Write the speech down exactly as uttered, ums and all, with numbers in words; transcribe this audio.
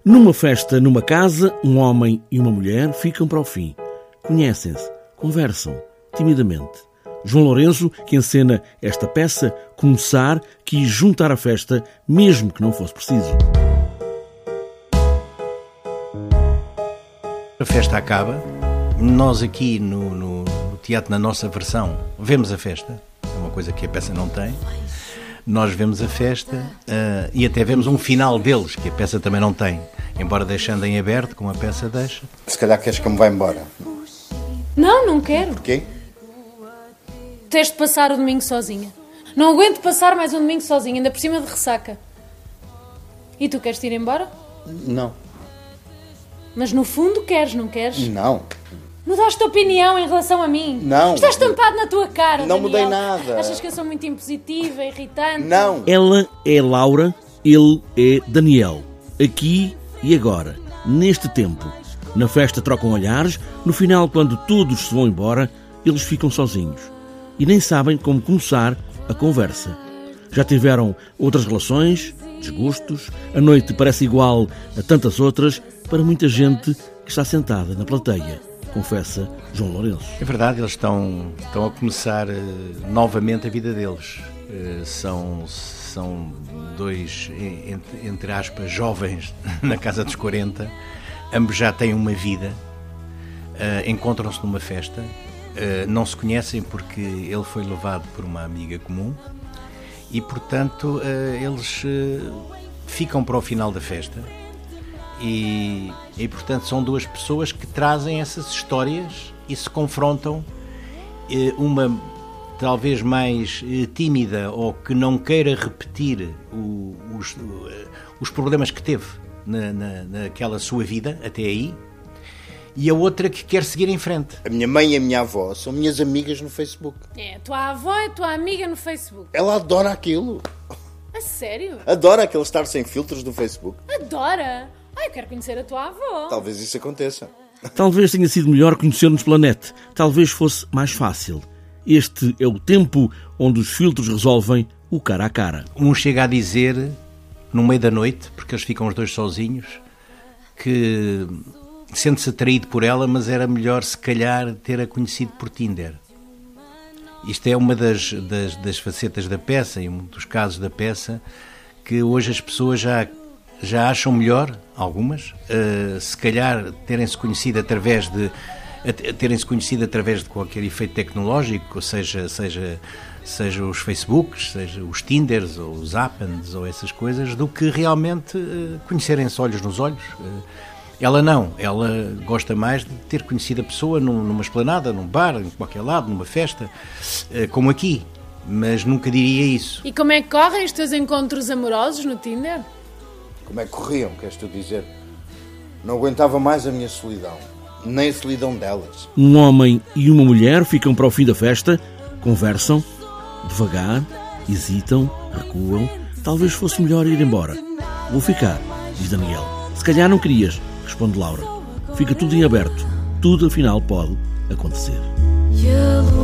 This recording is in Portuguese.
Numa festa, numa casa, um homem e uma mulher ficam para o fim. Conhecem-se, conversam, timidamente. João Lourenço, que encena esta peça, começar, quis juntar a festa, mesmo que não fosse preciso. A festa acaba. Nós aqui no, no, no teatro, na nossa versão, vemos a festa. É uma coisa que a peça não tem. Nós vemos a festa uh, e até vemos um final deles, que a peça também não tem. Embora deixando em aberto, como a peça deixa. Se calhar queres que eu me vá embora. Não, não quero. Porquê? Tens de passar o domingo sozinha. Não aguento passar mais um domingo sozinha, ainda por cima de ressaca. E tu queres ir embora? Não. Mas no fundo queres, não queres? Não. Mudaste a opinião em relação a mim? Não. Está estampado na tua cara, Não Daniel. mudei nada. Achas que eu sou muito impositiva, irritante? Não. Ela é Laura, ele é Daniel. Aqui e agora, neste tempo. Na festa trocam olhares, no final, quando todos se vão embora, eles ficam sozinhos. E nem sabem como começar a conversa. Já tiveram outras relações, desgostos, a noite parece igual a tantas outras para muita gente que está sentada na plateia, confessa João Lourenço. É verdade, eles estão, estão a começar uh, novamente a vida deles. Uh, são, são dois, entre, entre aspas, jovens na casa dos quarenta. Ambos já têm uma vida, uh, encontram-se numa festa, uh, não se conhecem porque ele foi levado por uma amiga comum e, portanto, uh, eles uh, ficam para o final da festa e, e, portanto, são duas pessoas que trazem essas histórias e se confrontam, uh, uma talvez mais uh, tímida ou que não queira repetir o, os, uh, os problemas que teve Na, na, naquela sua vida, até aí, e a outra que quer seguir em frente. A minha mãe e a minha avó são minhas amigas no Facebook. É, a tua avó é a tua amiga no Facebook. Ela adora aquilo. A sério? Adora aquele estar sem filtros do Facebook. Adora? Ai, eu quero conhecer a tua avó. Talvez isso aconteça. Talvez tenha sido melhor conhecer-nos pela net. Talvez fosse mais fácil. Este é o tempo onde os filtros resolvem o cara a cara. Um chega a dizer, no meio da noite, porque eles ficam os dois sozinhos, que sente-se atraído por ela, mas era melhor se calhar ter-a conhecido por Tinder. Isto é uma das, das, das facetas da peça e um dos casos da peça que hoje as pessoas já, já acham melhor, algumas, uh, se calhar terem-se conhecido através de terem-se conhecido através de qualquer efeito tecnológico, seja, seja, seja os Facebooks, seja os Tinders ou os Appans ou essas coisas, do que realmente uh, conhecerem-se olhos nos olhos. Uh, ela não, ela gosta mais de ter conhecido a pessoa num, numa esplanada, num bar, em qualquer lado, numa festa, uh, como aqui, mas nunca diria isso. E como é que correm os teus encontros amorosos no Tinder? Como é que corriam, queres tu dizer? Não aguentava mais a minha solidão. Nem a solidão delas. Um homem e uma mulher ficam para o fim da festa, conversam, devagar, hesitam, recuam. Talvez fosse melhor ir embora. Vou ficar, diz Daniel. Se calhar não querias, responde Laura. Fica tudo em aberto. Tudo, afinal, pode acontecer.